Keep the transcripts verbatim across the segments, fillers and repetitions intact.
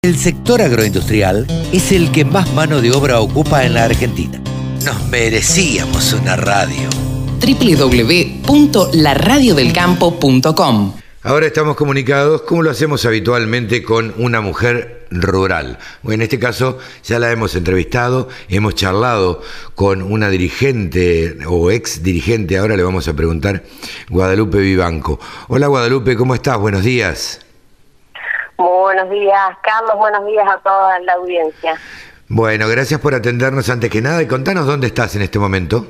El sector agroindustrial es el que más mano de obra ocupa en la Argentina. Nos merecíamos una radio. doble u doble u doble u punto la radio del campo punto com. Ahora estamos comunicados, como lo hacemos habitualmente, con una mujer rural. Bueno, en este caso ya la hemos entrevistado, hemos charlado con una dirigente o ex dirigente, ahora le vamos a preguntar, Guadalupe Vivanco. Hola Guadalupe, ¿cómo estás? Buenos días. Muy buenos días, Carlos, buenos días a toda la audiencia. Bueno, gracias por atendernos antes que nada y contanos dónde estás en este momento.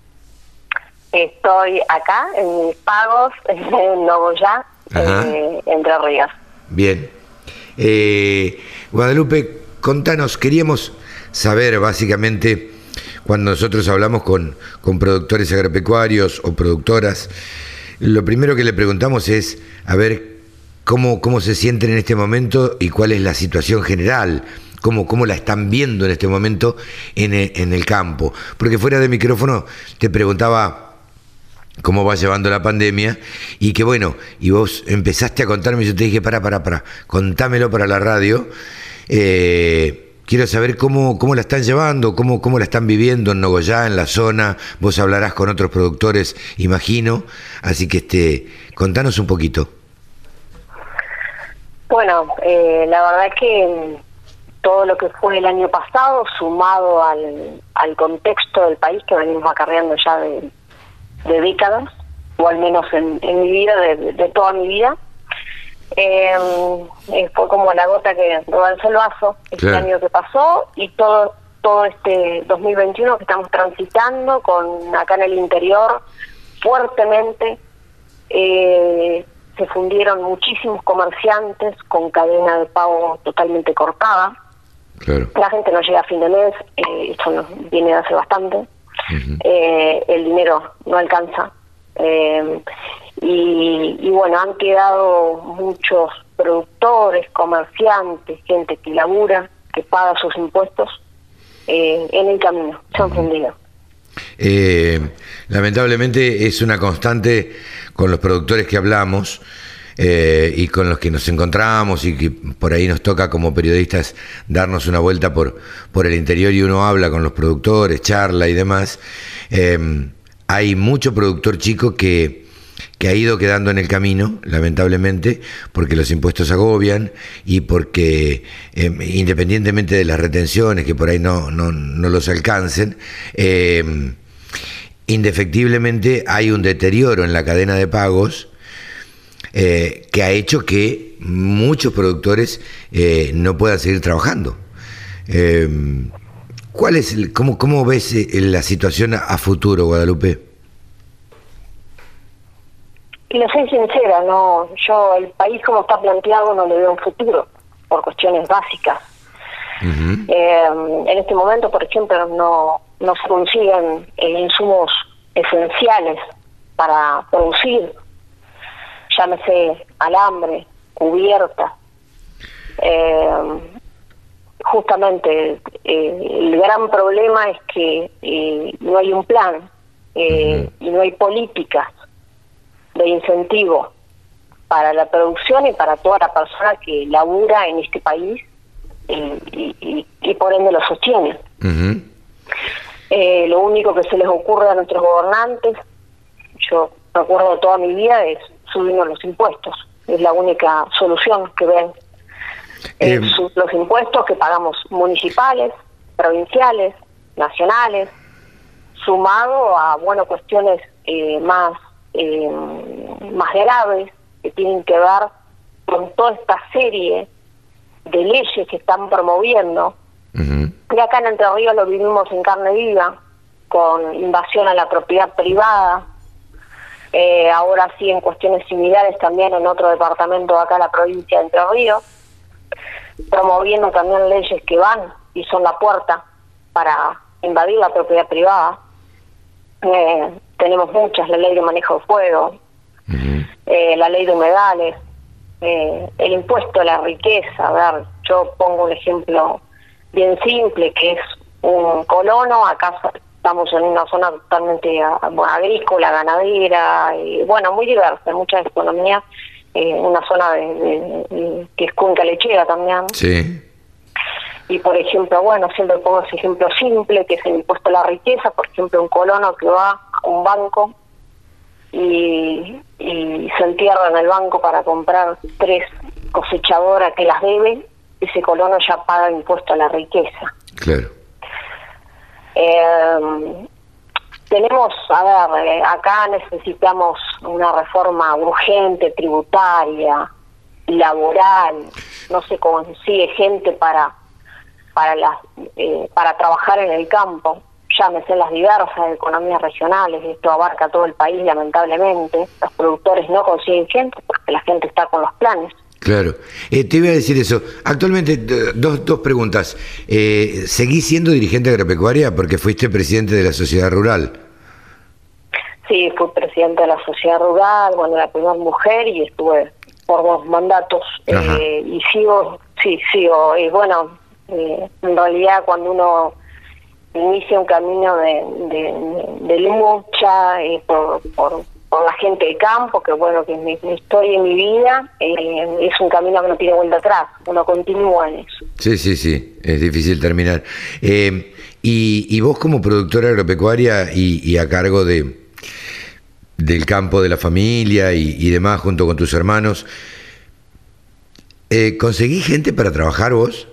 Estoy acá en Mis Pagos, en Nogoyá, eh, Entre Ríos. Bien. Eh, Guadalupe, contanos, queríamos saber básicamente, cuando nosotros hablamos con, con productores agropecuarios o productoras, lo primero que le preguntamos es, a ver, cómo, cómo se sienten en este momento y cuál es la situación general. Cómo, cómo la están viendo en este momento en el, en el campo. Porque fuera de micrófono te preguntaba cómo va llevando la pandemia y que bueno, y vos empezaste a contarme y yo te dije, para, para, para, contámelo para la radio. Eh, quiero saber cómo, cómo la están llevando, cómo, cómo la están viviendo en Nogoyá, en la zona. Vos hablarás con otros productores, imagino. Así que este, contanos un poquito. Bueno, eh, la verdad es que todo lo que fue el año pasado, sumado al, al contexto del país que venimos acarreando ya de, de décadas, o al menos en, en mi vida, de, de toda mi vida, eh, fue como la gota que rebalsó el vaso este claro. año que pasó y todo todo este dos mil veintiuno que estamos transitando con acá en el interior fuertemente. Eh, se fundieron muchísimos comerciantes con cadena de pago totalmente cortada. Claro. La gente no llega a fin de mes, eh, esto nos viene de hace bastante. Uh-huh. eh, el dinero no alcanza. Eh, y, y bueno, han quedado muchos productores, comerciantes, gente que labura, que paga sus impuestos, eh, en el camino, se han fundido. Eh, lamentablemente es una constante con los productores que hablamos eh, y con los que nos encontramos y que por ahí nos toca como periodistas darnos una vuelta por, por el interior y uno habla con los productores, charla y demás. Eh, hay mucho productor chico que, que ha ido quedando en el camino, lamentablemente, porque los impuestos agobian y porque eh, independientemente de las retenciones que por ahí no, no, no los alcancen, eh, indefectiblemente hay un deterioro en la cadena de pagos eh, que ha hecho que muchos productores eh, no puedan seguir trabajando. Eh, ¿cuál es el, cómo, cómo ves la situación a, a futuro, Guadalupe? Y le soy sincera, no, yo el país como está planteado no le veo un futuro por cuestiones básicas. Uh-huh. Eh, en este momento, por ejemplo, no no se consiguen eh, insumos esenciales para producir, llámese alambre, cubierta. Eh, justamente eh, el gran problema es que eh, no hay un plan eh, uh-huh. y no hay políticas de incentivo para la producción y para toda la persona que labura en este país eh, y, y, y por ende lo sostiene. Uh-huh. Eh, lo único que se les ocurre a nuestros gobernantes, yo recuerdo toda mi vida, es subirnos los impuestos. Es la única solución que ven. Eh, eh, su, los impuestos que pagamos municipales, provinciales, nacionales, sumado a bueno cuestiones eh, más eh, más graves que tienen que ver con toda esta serie de leyes que están promoviendo. Uh-huh. Y acá en Entre Ríos lo vivimos en carne viva, con invasión a la propiedad privada, eh, ahora sí en cuestiones similares también en otro departamento acá en la provincia de Entre Ríos, promoviendo también leyes que van y son la puerta para invadir la propiedad privada. Eh, tenemos muchas, la ley de manejo de fuego, uh-huh. eh, la ley de humedales, eh, el impuesto a la riqueza. A ver, yo pongo un ejemplo bien simple, que es un colono. Acá estamos en una zona totalmente agrícola, ganadera, y bueno, muy diversa, muchas economías eh, una zona de, de, de, que es cuenca lechera también. Sí. Y por ejemplo, bueno, siempre pongo ese ejemplo simple, que es el impuesto a la riqueza. Por ejemplo, un colono que va a un banco y, y se entierra en el banco para comprar tres cosechadoras que las debe, ese colono ya paga impuesto a la riqueza. Claro. Eh, tenemos, a ver, eh, acá necesitamos una reforma urgente, tributaria, laboral, no se consigue gente para para las eh, para trabajar en el campo, llámese las diversas economías regionales, esto abarca todo el país lamentablemente, los productores no consiguen gente porque la gente está con los planes. Claro, eh, te iba a decir eso. Actualmente, dos, dos preguntas. Eh, ¿Seguís siendo dirigente agropecuaria porque fuiste presidente de la sociedad rural? Sí, fui presidente de la sociedad rural, bueno, la primera mujer, y estuve por dos mandatos. Eh, y sigo, sí, sigo, y bueno, eh, en realidad cuando uno inicia un camino de, de, de lucha eh, por, por, por la gente del campo, que bueno, que es mi, mi historia y mi vida, eh, es un camino que no tiene vuelta atrás, uno continúa en eso. Sí, sí, sí, es difícil terminar. Eh, y, y vos como productora agropecuaria y, y a cargo de del campo de la familia y, y demás, junto con tus hermanos, eh, ¿conseguí gente para trabajar vos?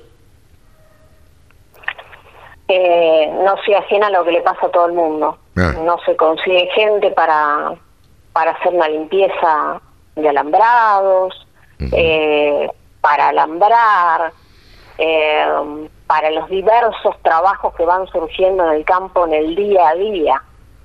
Eh, no soy ajena a lo que le pasa a todo el mundo. Ah. No se consigue gente para para hacer una limpieza de alambrados, uh-huh. eh, para alambrar, eh, para los diversos trabajos que van surgiendo en el campo en el día a día.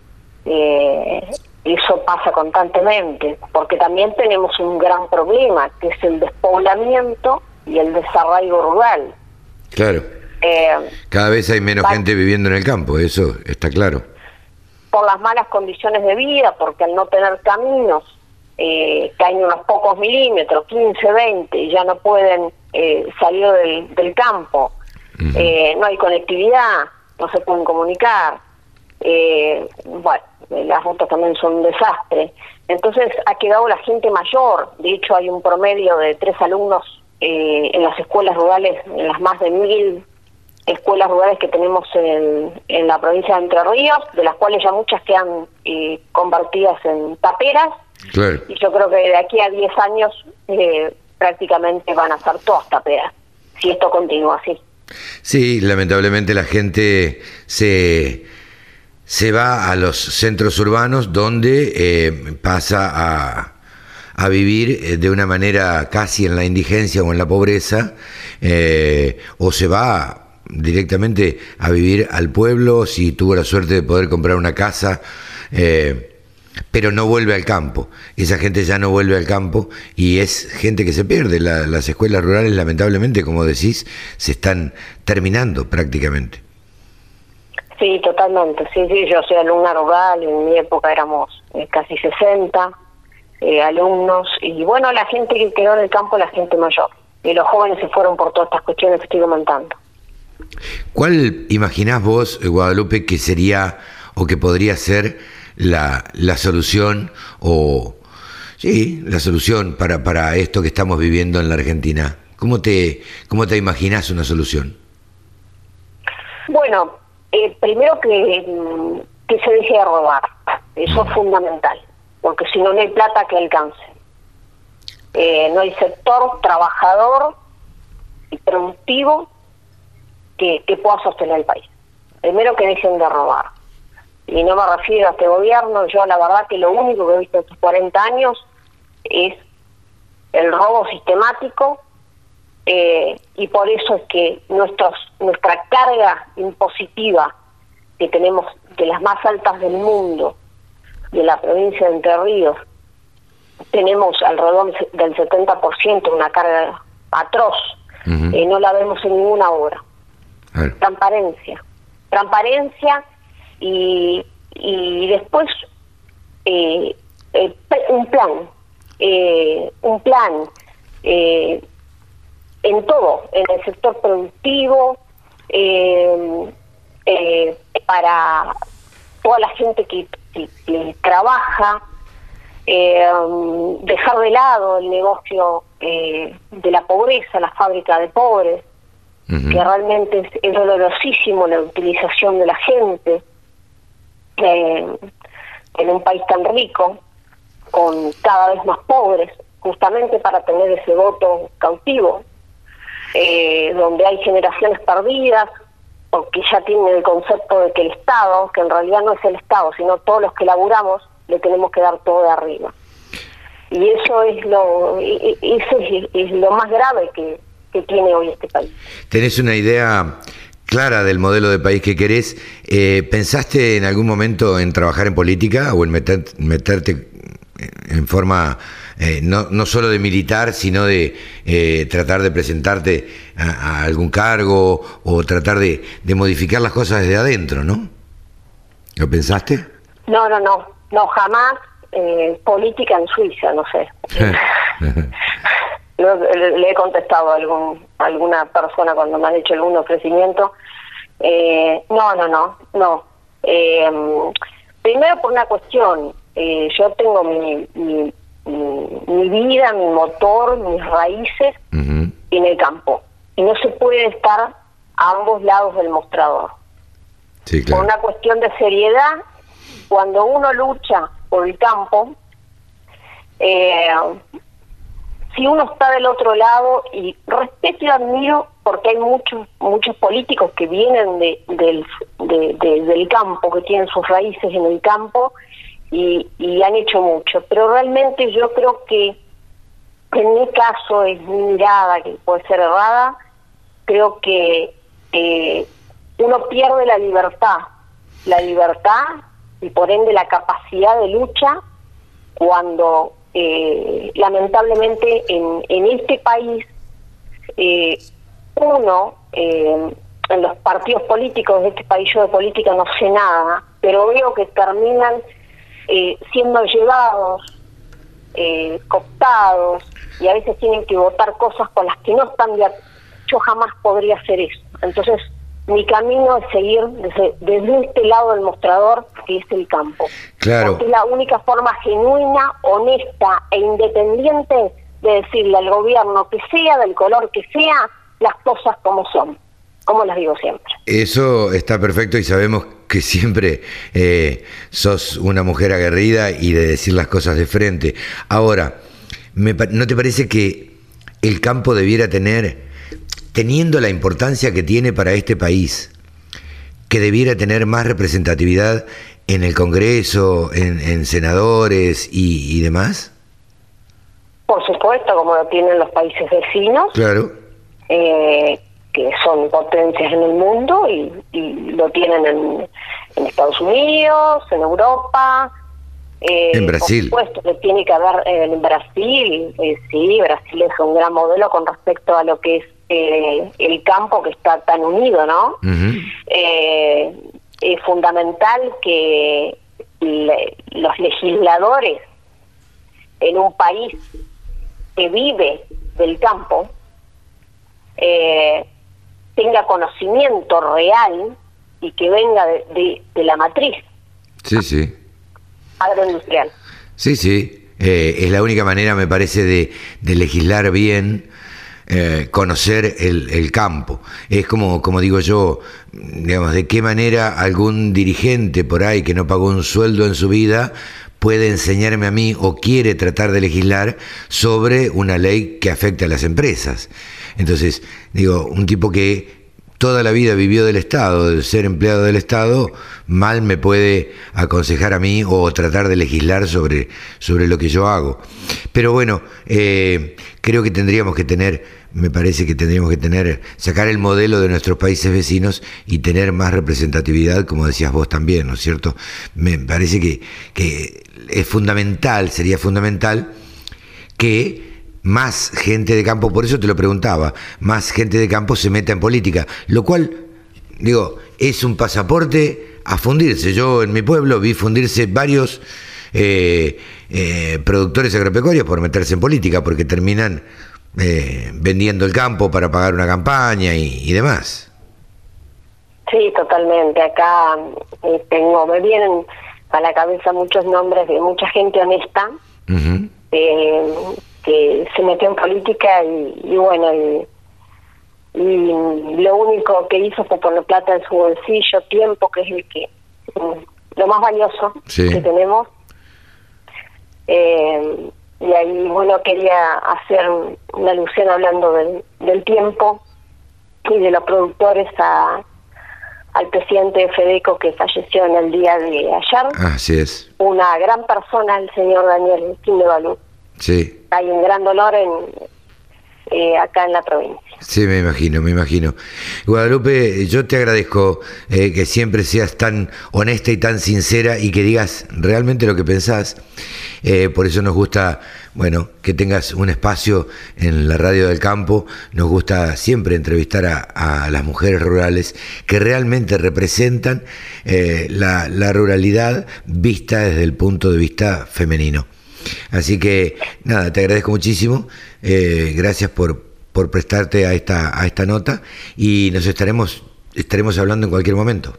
Eh, eso pasa constantemente, porque también tenemos un gran problema, que es el despoblamiento y el desarraigo rural. Claro. Eh, Cada vez hay menos va, gente viviendo en el campo, eso está claro. Por las malas condiciones de vida, porque al no tener caminos, eh, caen unos pocos milímetros, quince, veinte, y ya no pueden eh, salir del, del campo. Uh-huh. Eh, no hay conectividad, no se pueden comunicar. Eh, bueno, las rutas también son un desastre. Entonces ha quedado la gente mayor. De hecho, hay un promedio de tres alumnos eh, en las escuelas rurales, en las más de mil escuelas rurales que tenemos en, en la provincia de Entre Ríos, de las cuales ya muchas quedan eh, convertidas en taperas. Claro. Y yo creo que de aquí a diez años eh, prácticamente van a ser todas taperas, si esto continúa así. Sí, lamentablemente la gente se... se va a los centros urbanos donde eh, pasa a, a vivir de una manera casi en la indigencia o en la pobreza, eh, o se va directamente a vivir al pueblo si tuvo la suerte de poder comprar una casa, eh, pero no vuelve al campo. Esa gente ya no vuelve al campo y es gente que se pierde. La, las escuelas rurales, lamentablemente, como decís, se están terminando prácticamente. Sí, totalmente. Sí, sí, yo soy alumna rural, en mi época éramos eh, casi sesenta eh, alumnos, y bueno, la gente que quedó en el campo, la gente mayor, y los jóvenes se fueron por todas estas cuestiones que estoy comentando. ¿Cuál imaginás vos, Guadalupe, que sería o que podría ser la, la solución, o sí, la solución para, para esto que estamos viviendo en la Argentina? ¿Cómo te, cómo te imaginás una solución? Bueno, Eh, primero que, que se deje de robar, eso es fundamental, porque si no, no hay plata que alcance. Eh, no hay sector trabajador y productivo que, que pueda sostener el país. Primero que dejen de robar. Y no me refiero a este gobierno, yo la verdad que lo único que he visto en estos cuarenta años es el robo sistemático. Eh, y por eso es que nuestros, nuestra carga impositiva, que tenemos de las más altas del mundo, de la provincia de Entre Ríos, tenemos alrededor del setenta por ciento, una carga atroz, uh-huh. eh, no la vemos en ninguna obra. Uh-huh. Transparencia, transparencia y, y después eh, eh, un plan, eh, un plan, eh, en todo, en el sector productivo, eh, eh, para toda la gente que, que, que trabaja, eh, dejar de lado el negocio eh, de la pobreza, la fábrica de pobres, uh-huh. que realmente es, es dolorosísimo la utilización de la gente eh, en un país tan rico, con cada vez más pobres, justamente para tener ese voto cautivo, eh, donde hay generaciones perdidas, o que ya tienen el concepto de que el Estado, que en realidad no es el Estado, sino todos los que laburamos, le tenemos que dar todo de arriba. Y eso es lo, eso es, es lo más grave que, que tiene hoy este país. ¿Tenés una idea clara del modelo de país que querés? Eh, ¿Pensaste en algún momento en trabajar en política o en meter, meterte en forma eh, no, no solo de militar, sino de eh, tratar de presentarte a, a algún cargo o tratar de, de modificar las cosas desde adentro, ¿no? ¿Lo pensaste? No, no, no, no, jamás. Eh, política en Suiza, no sé. No, le, le he contestado a algún, a alguna persona cuando me han hecho algún ofrecimiento. Eh, no, no, no, no. Eh, primero por una cuestión. Eh, yo tengo mi, mi, mi, mi vida, mi motor, mis raíces uh-huh. en el campo. Y no se puede estar a ambos lados del mostrador. Sí, claro. Por una cuestión de seriedad, cuando uno lucha por el campo, eh, si uno está del otro lado, y respeto y admiro, porque hay muchos muchos políticos que vienen de, del, de, de, del campo, que tienen sus raíces en el campo, y, y han hecho mucho, pero realmente yo creo que en mi caso, es mi mirada, que puede ser errada, creo que eh, uno pierde la libertad, la libertad y por ende la capacidad de lucha cuando eh, lamentablemente en, en este país eh, uno, eh, en los partidos políticos de este país, yo de política no sé nada, pero veo que terminan eh, siendo llevados, eh, cooptados, y a veces tienen que votar cosas con las que no están de acuerdo. Yo jamás podría hacer eso. Entonces, mi camino es seguir desde, desde este lado del mostrador, que es el campo. Claro. Porque es la única forma genuina, honesta e independiente de decirle al gobierno, que sea del color que sea, las cosas como son, como las digo siempre. Eso está perfecto y sabemos que siempre eh, sos una mujer aguerrida y de decir las cosas de frente. Ahora, me, ¿no te parece que el campo debiera tener, teniendo la importancia que tiene para este país, que debiera tener más representatividad en el Congreso, en, en senadores y, y demás? Por supuesto, como lo tienen los países vecinos. Claro. Eh, que son potencias en el mundo y, y lo tienen en, en Estados Unidos, en Europa. Eh, en Brasil. Por supuesto que tiene que haber eh, en Brasil, eh, sí, Brasil es un gran modelo con respecto a lo que es eh, el campo, que está tan unido, ¿no? Uh-huh. Eh, es fundamental que le, los legisladores en un país que vive del campo eh, tenga conocimiento real y que venga de, de, de la matriz. Sí, sí. Agroindustrial. Sí, sí. Eh, es la única manera, me parece, de, de legislar bien, eh, conocer el, el campo. Es como, como digo yo, digamos, de qué manera algún dirigente por ahí que no pagó un sueldo en su vida puede enseñarme a mí o quiere tratar de legislar sobre una ley que afecte a las empresas. Entonces, digo, un tipo que toda la vida vivió del Estado, de ser empleado del Estado, mal me puede aconsejar a mí o tratar de legislar sobre, sobre lo que yo hago. Pero bueno, eh, creo que tendríamos que tener, me parece que tendríamos que tener, sacar el modelo de nuestros países vecinos y tener más representatividad, como decías vos también, ¿no es cierto? Me parece que, que es fundamental, sería fundamental que más gente de campo, por eso te lo preguntaba, más gente de campo se meta en política, lo cual, digo, es un pasaporte a fundirse. Yo en mi pueblo vi fundirse varios eh, eh, productores agropecuarios por meterse en política, porque terminan eh, vendiendo el campo para pagar una campaña y, y demás. Sí, totalmente. Acá eh, tengo, me vienen a la cabeza muchos nombres de mucha gente honesta, Uh-huh. eh, que se metió en política y, y bueno, y, y lo único que hizo fue poner plata en su bolsillo, tiempo, que es el que lo más valioso sí. que tenemos. Eh, y ahí, bueno, quería hacer una alusión hablando del, del tiempo y de los productores a, al presidente de Fedeco que falleció en el día de ayer. Así es. Una gran persona, el señor Daniel Quindevalú. Sí. Hay un gran dolor en eh, acá en la provincia. Sí, me imagino, me imagino. Guadalupe, yo te agradezco eh, que siempre seas tan honesta y tan sincera y que digas realmente lo que pensás. Eh, por eso nos gusta, bueno, que tengas un espacio en la Radio del Campo. Nos gusta siempre entrevistar a, a las mujeres rurales que realmente representan eh, la, la ruralidad vista desde el punto de vista femenino. Así que, nada, te agradezco muchísimo. Eh, gracias por, por prestarte a esta, a esta nota y nos estaremos, estaremos hablando en cualquier momento.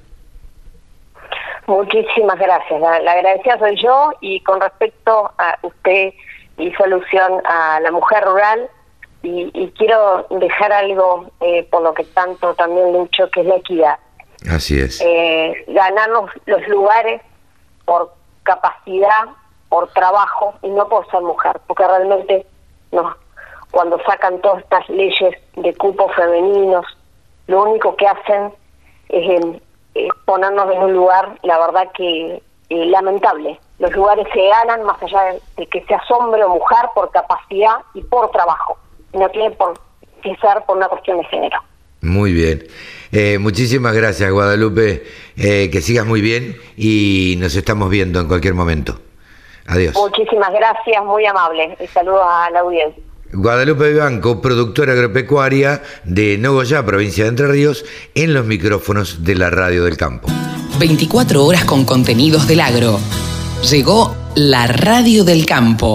Muchísimas gracias. La, la agradecida soy yo y con respecto a usted hizo alusión a la mujer rural y, y quiero dejar algo eh, por lo que tanto también lucho, que es la equidad. Así es. Eh, ganarnos los lugares por capacidad, por trabajo y no por ser mujer, porque realmente no, cuando sacan todas estas leyes de cupos femeninos, lo único que hacen es, es ponernos en un lugar, la verdad que eh, lamentable. Los lugares se ganan más allá de que seas hombre o mujer por capacidad y por trabajo, no tiene por que ser por una cuestión de género. Muy bien. Eh, muchísimas gracias, Guadalupe, eh, que sigas muy bien y nos estamos viendo en cualquier momento. Adiós. Muchísimas gracias, muy amable. Y saludos a la audiencia. Guadalupe Vivanco, productora agropecuaria de Nogoyá, provincia de Entre Ríos, en los micrófonos de la Radio del Campo. veinticuatro horas con contenidos del agro. Llegó la Radio del Campo.